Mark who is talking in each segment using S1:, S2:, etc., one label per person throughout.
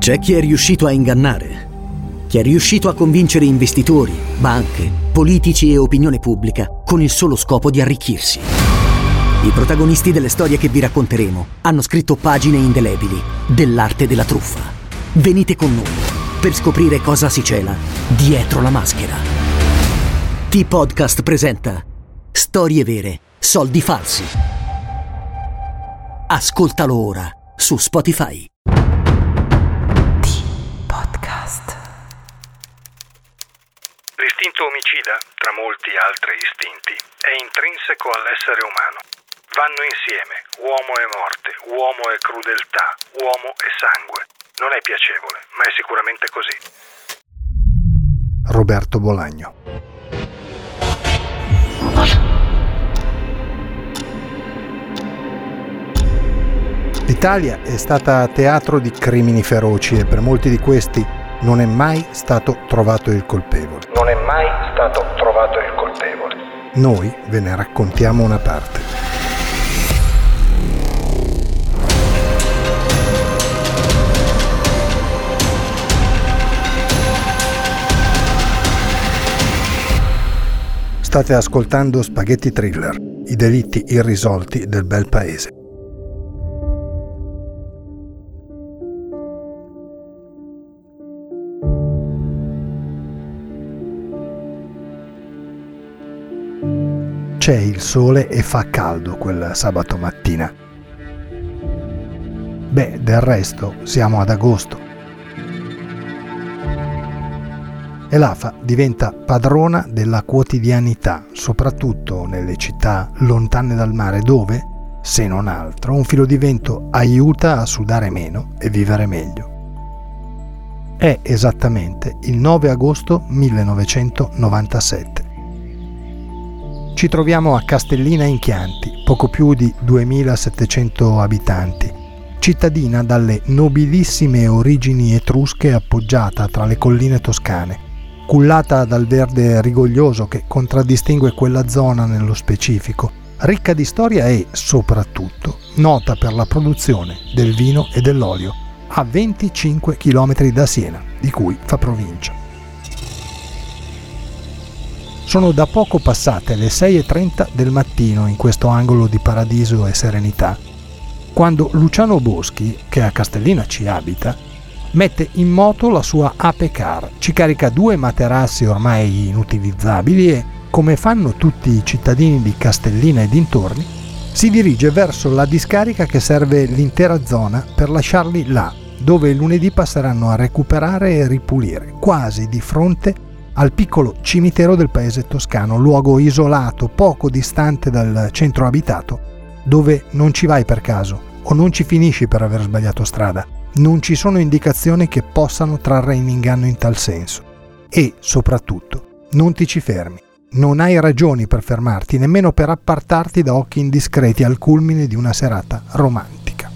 S1: C'è chi è riuscito a ingannare, chi è riuscito a convincere investitori, banche, politici e opinione pubblica con il solo scopo di arricchirsi. I protagonisti delle storie che vi racconteremo hanno scritto pagine indelebili dell'arte della truffa. Venite con noi per scoprire cosa si cela dietro la maschera. T-Podcast presenta Storie vere, soldi falsi. Ascoltalo ora su Spotify.
S2: L'istinto omicida, tra molti altri istinti, è intrinseco all'essere umano. Vanno insieme uomo e morte, uomo e crudeltà, uomo e sangue. Non è piacevole, ma è sicuramente così.
S3: Roberto Bolaño. L'Italia è stata teatro di crimini feroci e per molti di questi non è mai stato trovato il colpevole. Noi ve ne raccontiamo una parte. State ascoltando Spaghetti Thriller, i delitti irrisolti del bel paese. C'è il sole e fa caldo quel sabato mattina. Del resto siamo ad agosto. E l'AFA diventa padrona della quotidianità, soprattutto nelle città lontane dal mare dove, se non altro, un filo di vento aiuta a sudare meno e vivere meglio. È esattamente il 9 agosto 1997. Ci troviamo a Castellina in Chianti, poco più di 2700 abitanti, cittadina dalle nobilissime origini etrusche appoggiata tra le colline toscane, cullata dal verde rigoglioso che contraddistingue quella zona nello specifico, ricca di storia e, soprattutto, nota per la produzione del vino e dell'olio, a 25 km da Siena, di cui fa provincia. Sono da poco passate le 6:30 del mattino in questo angolo di paradiso e serenità, quando Luciano Boschi, che a Castellina ci abita, mette in moto la sua Ape Car, ci carica 2 materassi ormai inutilizzabili e, come fanno tutti i cittadini di Castellina e dintorni, si dirige verso la discarica che serve l'intera zona per lasciarli là, dove lunedì passeranno a recuperare e ripulire, quasi di fronte al piccolo cimitero del paese toscano, luogo isolato poco distante dal centro abitato, dove non ci vai per caso o non ci finisci per aver sbagliato strada. Non ci sono indicazioni che possano trarre in inganno in tal senso. E, soprattutto, non ti ci fermi. Non hai ragioni per fermarti, nemmeno per appartarti da occhi indiscreti al culmine di una serata romantica.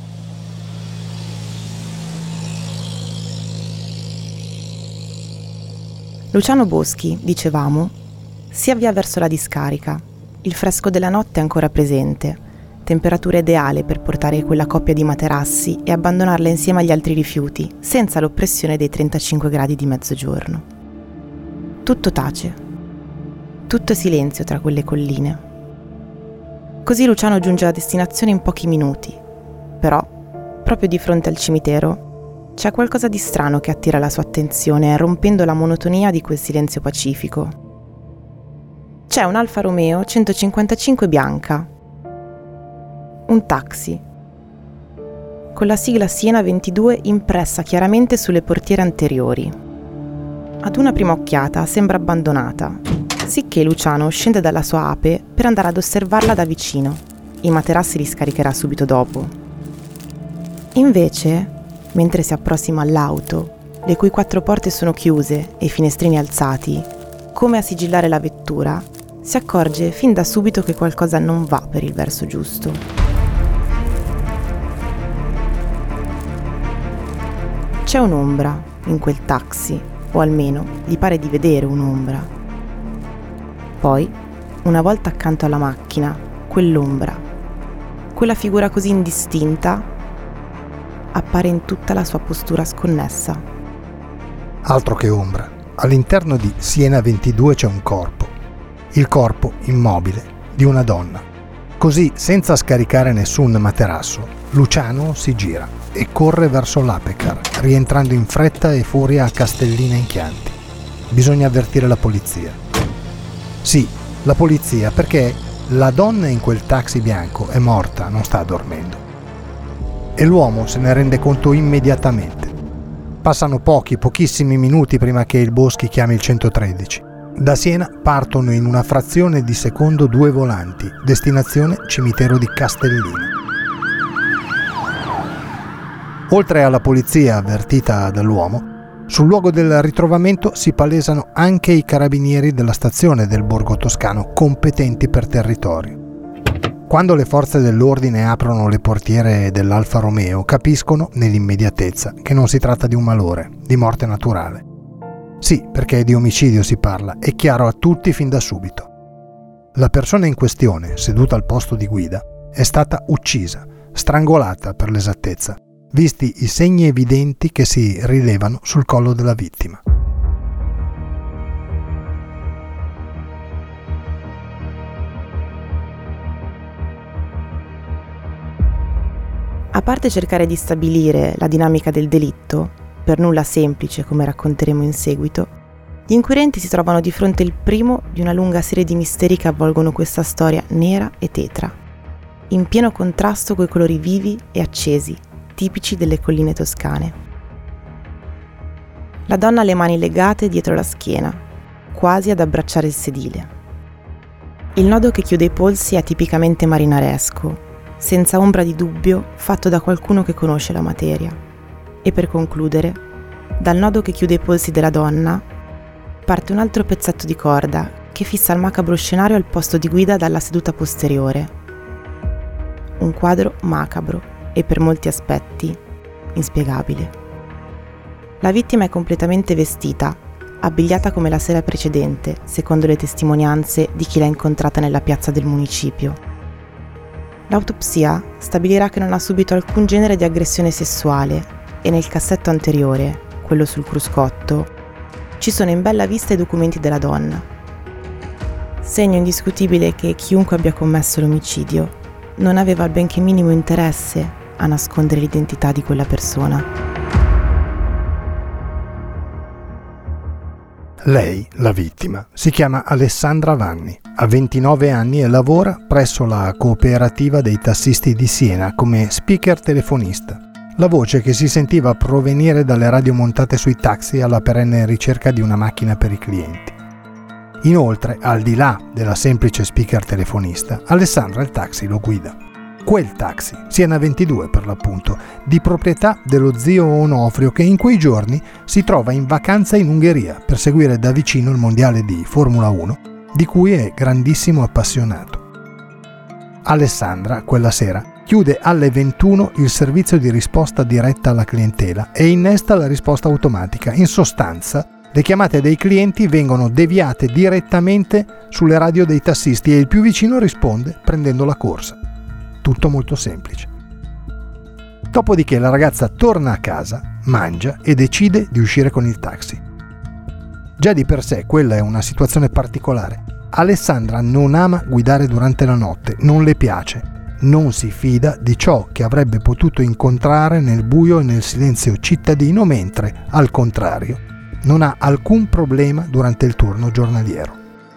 S4: Luciano Boschi, dicevamo, si avvia verso la discarica. Il fresco della notte è ancora presente, temperatura ideale per portare quella coppia di materassi e abbandonarla insieme agli altri rifiuti, senza l'oppressione dei 35 gradi di mezzogiorno. Tutto tace, tutto è silenzio tra quelle colline. Così Luciano giunge alla destinazione in pochi minuti, però, proprio di fronte al cimitero, c'è qualcosa di strano che attira la sua attenzione, rompendo la monotonia di quel silenzio pacifico. C'è un Alfa Romeo 155 bianca, un taxi, con la sigla Siena 22 impressa chiaramente sulle portiere anteriori. Ad una prima occhiata sembra abbandonata, sicché Luciano scende dalla sua Ape per andare ad osservarla da vicino. I materassi li scaricherà subito dopo. Invece, mentre si approssima all'auto, le cui 4 porte sono chiuse e i finestrini alzati, come a sigillare la vettura, si accorge fin da subito che qualcosa non va per il verso giusto. C'è un'ombra in quel taxi, o almeno gli pare di vedere un'ombra. Poi, una volta accanto alla macchina, quell'ombra, quella figura così indistinta, appare in tutta la sua postura sconnessa.
S3: Altro che ombra. All'interno di Siena 22 c'è un corpo. Il corpo immobile di una donna. Così, senza scaricare nessun materasso, Luciano si gira e corre verso l'Apecar, rientrando in fretta e furia a Castellina in Chianti. Bisogna avvertire la polizia. Sì, la polizia, perché la donna in quel taxi bianco è morta, non sta dormendo. E l'uomo se ne rende conto immediatamente. Passano pochissimi minuti prima che il Boschi chiami il 113. Da Siena partono in una frazione di secondo 2 volanti, destinazione cimitero di Castellina. Oltre alla polizia avvertita dall'uomo, sul luogo del ritrovamento si palesano anche i carabinieri della stazione del Borgo Toscano, competenti per territorio. Quando le forze dell'ordine aprono le portiere dell'Alfa Romeo, capiscono nell'immediatezza che non si tratta di un malore, di morte naturale. Sì, perché di omicidio si parla, è chiaro a tutti fin da subito. La persona in questione, seduta al posto di guida, è stata uccisa, strangolata per l'esattezza, visti i segni evidenti che si rilevano sul collo della vittima.
S4: A parte cercare di stabilire la dinamica del delitto, per nulla semplice come racconteremo in seguito, gli inquirenti si trovano di fronte il primo di una lunga serie di misteri che avvolgono questa storia nera e tetra, in pieno contrasto coi colori vivi e accesi, tipici delle colline toscane. La donna ha le mani legate dietro la schiena, quasi ad abbracciare il sedile. Il nodo che chiude i polsi è tipicamente marinaresco, senza ombra di dubbio fatto da qualcuno che conosce la materia. E per concludere, dal nodo che chiude i polsi della donna parte un altro pezzetto di corda che fissa il macabro scenario al posto di guida dalla seduta posteriore. Un quadro macabro e per molti aspetti inspiegabile. La vittima è completamente vestita, abbigliata come la sera precedente, secondo le testimonianze di chi l'ha incontrata nella piazza del municipio. L'autopsia stabilirà che non ha subito alcun genere di aggressione sessuale e nel cassetto anteriore, quello sul cruscotto, ci sono in bella vista i documenti della donna. Segno indiscutibile che chiunque abbia commesso l'omicidio non aveva il benché minimo interesse a nascondere l'identità di quella persona.
S3: Lei, la vittima, si chiama Alessandra Vanni, ha 29 anni e lavora presso la cooperativa dei tassisti di Siena come speaker telefonista. La voce che si sentiva provenire dalle radio montate sui taxi alla perenne ricerca di una macchina per i clienti. Inoltre, al di là della semplice speaker telefonista, Alessandra il taxi lo guida. Quel taxi, Siena 22 per l'appunto, di proprietà dello zio Onofrio che in quei giorni si trova in vacanza in Ungheria per seguire da vicino il mondiale di Formula 1, di cui è grandissimo appassionato. Alessandra, quella sera, chiude alle 21 il servizio di risposta diretta alla clientela e innesta la risposta automatica. In sostanza, le chiamate dei clienti vengono deviate direttamente sulle radio dei tassisti e il più vicino risponde prendendo la corsa. Tutto molto semplice. Dopodiché la ragazza torna a casa, mangia e decide di uscire con il taxi. Già di per sé quella è una situazione particolare. Alessandra non ama guidare durante la notte, non le piace, non si fida di ciò che avrebbe potuto incontrare nel buio e nel silenzio cittadino, mentre, al contrario, non ha alcun problema durante il turno giornaliero.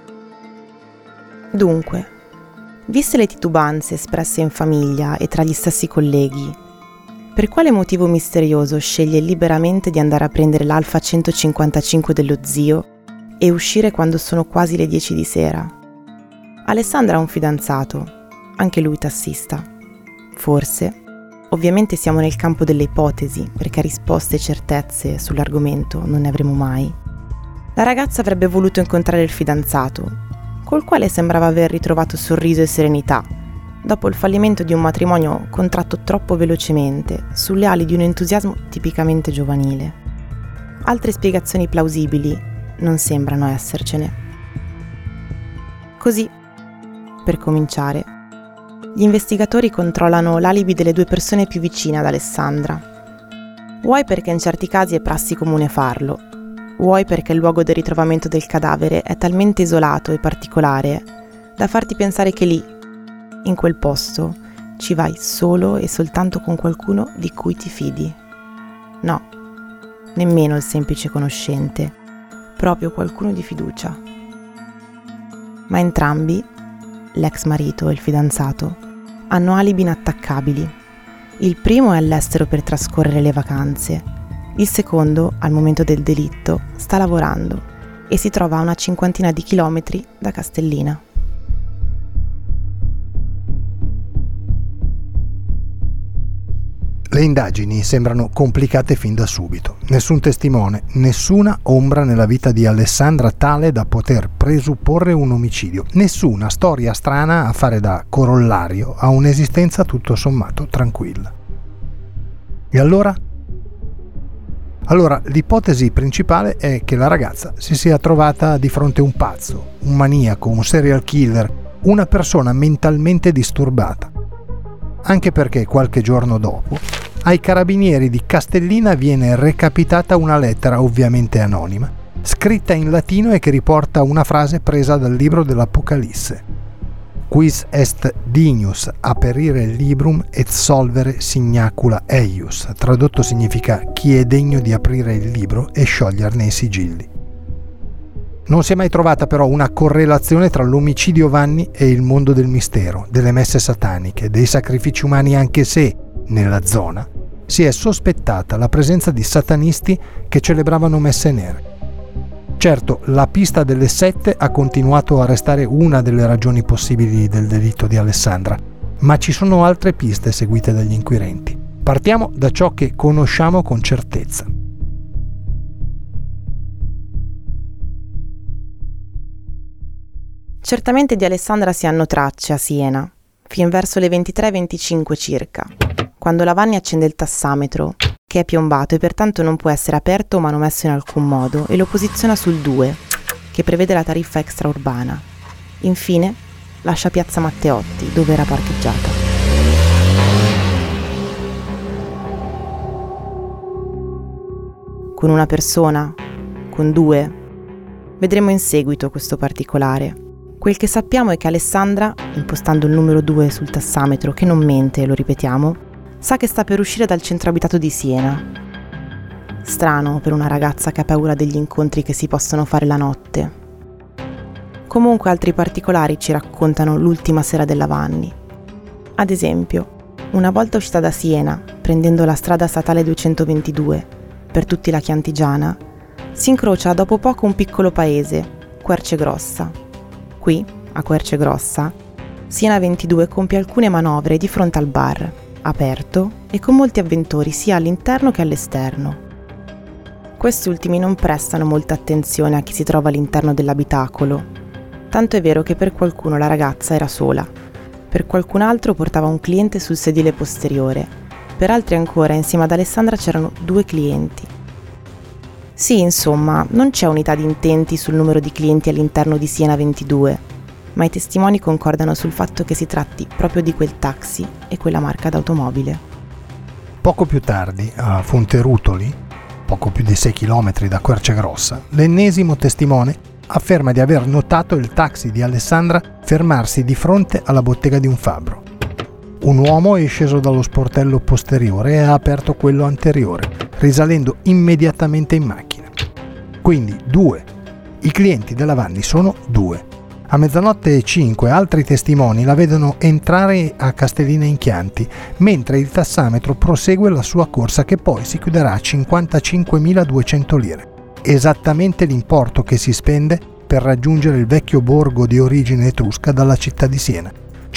S4: Dunque, viste le titubanze espresse in famiglia e tra gli stessi colleghi, per quale motivo misterioso sceglie liberamente di andare a prendere l'Alfa 155 dello zio e uscire quando sono quasi le 10 di sera? Alessandra ha un fidanzato, anche lui tassista. Forse, ovviamente siamo nel campo delle ipotesi, perché risposte e certezze sull'argomento non ne avremo mai. La ragazza avrebbe voluto incontrare il fidanzato, col quale sembrava aver ritrovato sorriso e serenità, dopo il fallimento di un matrimonio contratto troppo velocemente, sulle ali di un entusiasmo tipicamente giovanile. Altre spiegazioni plausibili non sembrano essercene. Così, per cominciare, gli investigatori controllano l'alibi delle due persone più vicine ad Alessandra, Vuoi perché in certi casi è prassi comune farlo, vuoi perché il luogo del ritrovamento del cadavere è talmente isolato e particolare da farti pensare che lì, in quel posto, ci vai solo e soltanto con qualcuno di cui ti fidi. No, nemmeno il semplice conoscente, proprio qualcuno di fiducia. Ma entrambi, l'ex marito e il fidanzato, hanno alibi inattaccabili. Il primo è all'estero per trascorrere le vacanze, il secondo, al momento del delitto, sta lavorando e si trova a una 50 di chilometri da Castellina.
S3: Le indagini sembrano complicate fin da subito. Nessun testimone, nessuna ombra nella vita di Alessandra tale da poter presupporre un omicidio. Nessuna storia strana a fare da corollario a un'esistenza tutto sommato tranquilla. E allora? Allora, l'ipotesi principale è che la ragazza si sia trovata di fronte a un pazzo, un maniaco, un serial killer, una persona mentalmente disturbata. Anche perché qualche giorno dopo ai carabinieri di Castellina viene recapitata una lettera ovviamente anonima, scritta in latino e che riporta una frase presa dal libro dell'Apocalisse: Quis est dignus aperire librum et solvere signacula eius. Tradotto significa chi è degno di aprire il libro e scioglierne i sigilli. Non si è mai trovata però una correlazione tra l'omicidio Vanni e il mondo del mistero, delle messe sataniche, dei sacrifici umani, anche se, nella zona, si è sospettata la presenza di satanisti che celebravano messe nere. Certo, la pista delle sette ha continuato a restare una delle ragioni possibili del delitto di Alessandra, ma ci sono altre piste seguite dagli inquirenti. Partiamo da ciò che conosciamo con certezza.
S4: Certamente di Alessandra si hanno tracce a Siena, fin verso le 23:25 circa, quando la Vanni accende il tassametro, che è piombato e pertanto non può essere aperto o manomesso in alcun modo, e lo posiziona sul 2, che prevede la tariffa extraurbana. Infine, lascia piazza Matteotti, dove era parcheggiata. Con una persona? Con due? Vedremo in seguito questo particolare. Quel che sappiamo è che Alessandra, impostando il numero 2 sul tassametro, che non mente, lo ripetiamo, sa che sta per uscire dal centro abitato di Siena. Strano per una ragazza che ha paura degli incontri che si possono fare la notte. Comunque altri particolari ci raccontano l'ultima sera della Vanni. Ad esempio, una volta uscita da Siena, prendendo la strada statale 222, per tutti la Chiantigiana, si incrocia dopo poco un piccolo paese, Quercegrossa. Qui, a Quercegrossa, Siena 22 compie alcune manovre di fronte al bar, aperto e con molti avventori sia all'interno che all'esterno. Questi ultimi non prestano molta attenzione a chi si trova all'interno dell'abitacolo, tanto è vero che per qualcuno la ragazza era sola, per qualcun altro portava un cliente sul sedile posteriore, per altri ancora insieme ad Alessandra c'erano 2 clienti. Sì, insomma, non c'è unità di intenti sul numero di clienti all'interno di Siena 22, ma i testimoni concordano sul fatto che si tratti proprio di quel taxi e quella marca d'automobile.
S3: Poco più tardi, a Fonterutoli, poco più di 6 km da Quercegrossa, l'ennesimo testimone afferma di aver notato il taxi di Alessandra fermarsi di fronte alla bottega di un fabbro. Un uomo è sceso dallo sportello posteriore e ha aperto quello anteriore, risalendo immediatamente in macchina. Quindi 2. I clienti della Vanni sono 2. A 00:05 altri testimoni la vedono entrare a Castellina in Chianti, mentre il tassametro prosegue la sua corsa che poi si chiuderà a 55.200 lire. Esattamente l'importo che si spende per raggiungere il vecchio borgo di origine etrusca dalla città di Siena.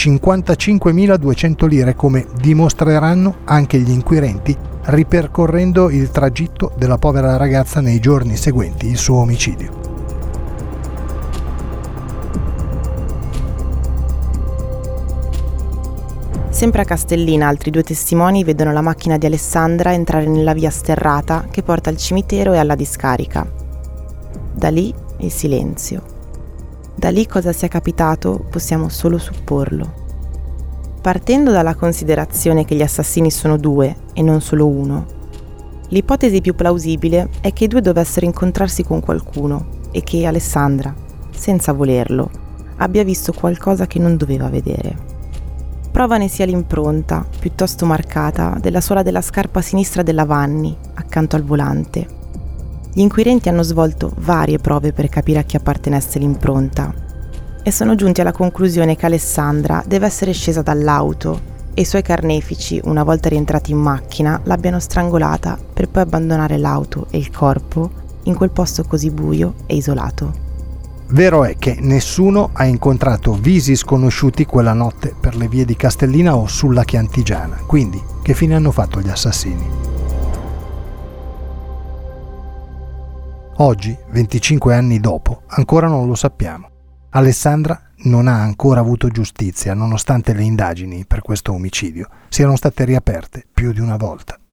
S3: 55.200 lire, come dimostreranno anche gli inquirenti ripercorrendo il tragitto della povera ragazza nei giorni seguenti il suo omicidio.
S4: Sempre a Castellina altri 2 testimoni vedono la macchina di Alessandra entrare nella via sterrata che porta al cimitero e alla discarica. Da lì il silenzio. Da lì cosa sia capitato possiamo solo supporlo. Partendo dalla considerazione che gli assassini sono 2 e non solo uno, L'ipotesi più plausibile è che i due dovessero incontrarsi con qualcuno e che Alessandra, senza volerlo, abbia visto qualcosa che non doveva vedere. Prova ne sia l'impronta, piuttosto marcata, della suola della scarpa sinistra della Vanni, accanto al volante. Gli inquirenti hanno svolto varie prove per capire a chi appartenesse l'impronta e sono giunti alla conclusione che Alessandra deve essere scesa dall'auto e i suoi carnefici, una volta rientrati in macchina, l'abbiano strangolata per poi abbandonare l'auto e il corpo in quel posto così buio e isolato.
S3: Vero è che nessuno ha incontrato visi sconosciuti quella notte per le vie di Castellina o sulla Chiantigiana. Quindi, che fine hanno fatto gli assassini? Oggi, 25 anni dopo, ancora non lo sappiamo. Alessandra non ha ancora avuto giustizia, nonostante le indagini per questo omicidio siano state riaperte più di una volta.